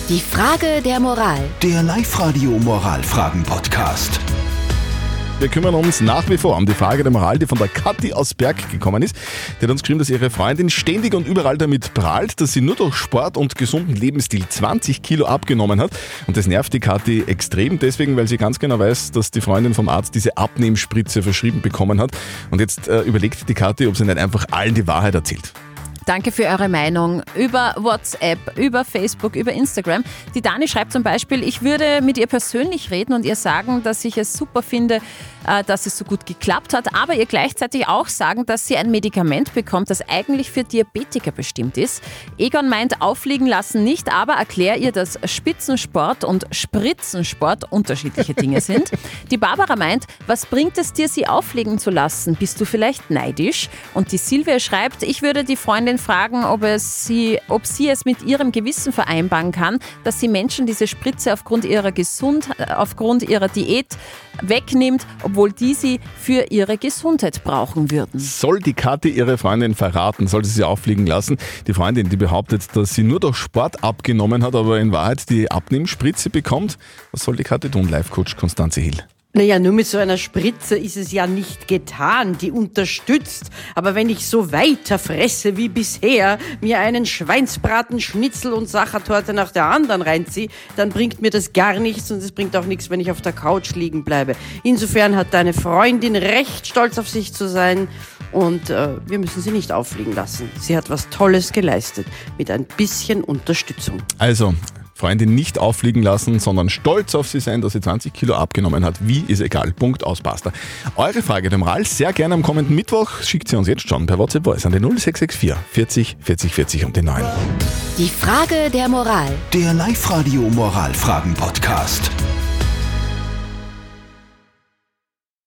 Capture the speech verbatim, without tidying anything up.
Die Frage der Moral. Der Live-Radio-Moralfragen-Podcast. Wir kümmern uns nach wie vor um die Frage der Moral, die von der Kathi aus Berg gekommen ist. Die hat uns geschrieben, dass ihre Freundin ständig und überall damit prahlt, dass sie nur durch Sport und gesunden Lebensstil zwanzig Kilo abgenommen hat. Und das nervt die Kathi extrem, deswegen, weil sie ganz genau weiß, dass die Freundin vom Arzt diese Abnehmspritze verschrieben bekommen hat. Und jetzt äh, überlegt die Kathi, ob sie nicht einfach allen die Wahrheit erzählt. Danke für eure Meinung über WhatsApp, über Facebook, über Instagram. Die Dani schreibt zum Beispiel, ich würde mit ihr persönlich reden und ihr sagen, dass ich es super finde, dass es so gut geklappt hat, aber ihr gleichzeitig auch sagen, dass sie ein Medikament bekommt, das eigentlich für Diabetiker bestimmt ist. Egon meint, auffliegen lassen nicht, aber erklär ihr, dass Spitzensport und Spritzensport unterschiedliche Dinge sind. Die Barbara meint, was bringt es dir, sie auffliegen zu lassen? Bist du vielleicht neidisch? Und die Silvia schreibt, ich würde die Freundin fragen, ob, es sie, ob sie es mit ihrem Gewissen vereinbaren kann, dass sie Menschen diese Spritze aufgrund ihrer Gesundheit, aufgrund ihrer Diät wegnimmt, obwohl die sie für ihre Gesundheit brauchen würden. Soll die Kathi ihre Freundin verraten? Soll sie sie auffliegen lassen? Die Freundin, die behauptet, dass sie nur durch Sport abgenommen hat, aber in Wahrheit die Abnehmspritze bekommt. Was soll die Kathi tun? Live-Coach Konstanze Hill. Naja, nur mit so einer Spritze ist es ja nicht getan, die unterstützt. Aber wenn ich so weiter fresse wie bisher, mir einen Schweinsbraten, Schnitzel und Sachertorte nach der anderen reinziehe, dann bringt mir das gar nichts und es bringt auch nichts, wenn ich auf der Couch liegen bleibe. Insofern hat deine Freundin recht, stolz auf sich zu sein und äh, wir müssen sie nicht auffliegen lassen. Sie hat was Tolles geleistet, mit ein bisschen Unterstützung. Also, Freundin nicht auffliegen lassen, sondern stolz auf sie sein, dass sie zwanzig Kilo abgenommen hat. Wie, ist egal. Punkt, aus, basta. Eure Frage der Moral sehr gerne am kommenden Mittwoch. Schickt sie uns jetzt schon per WhatsApp Voice an die null sechs sechs vier vierzig vierzig vierzig und den neun. Die Frage der Moral. Der Live-Radio-Moralfragen-Podcast.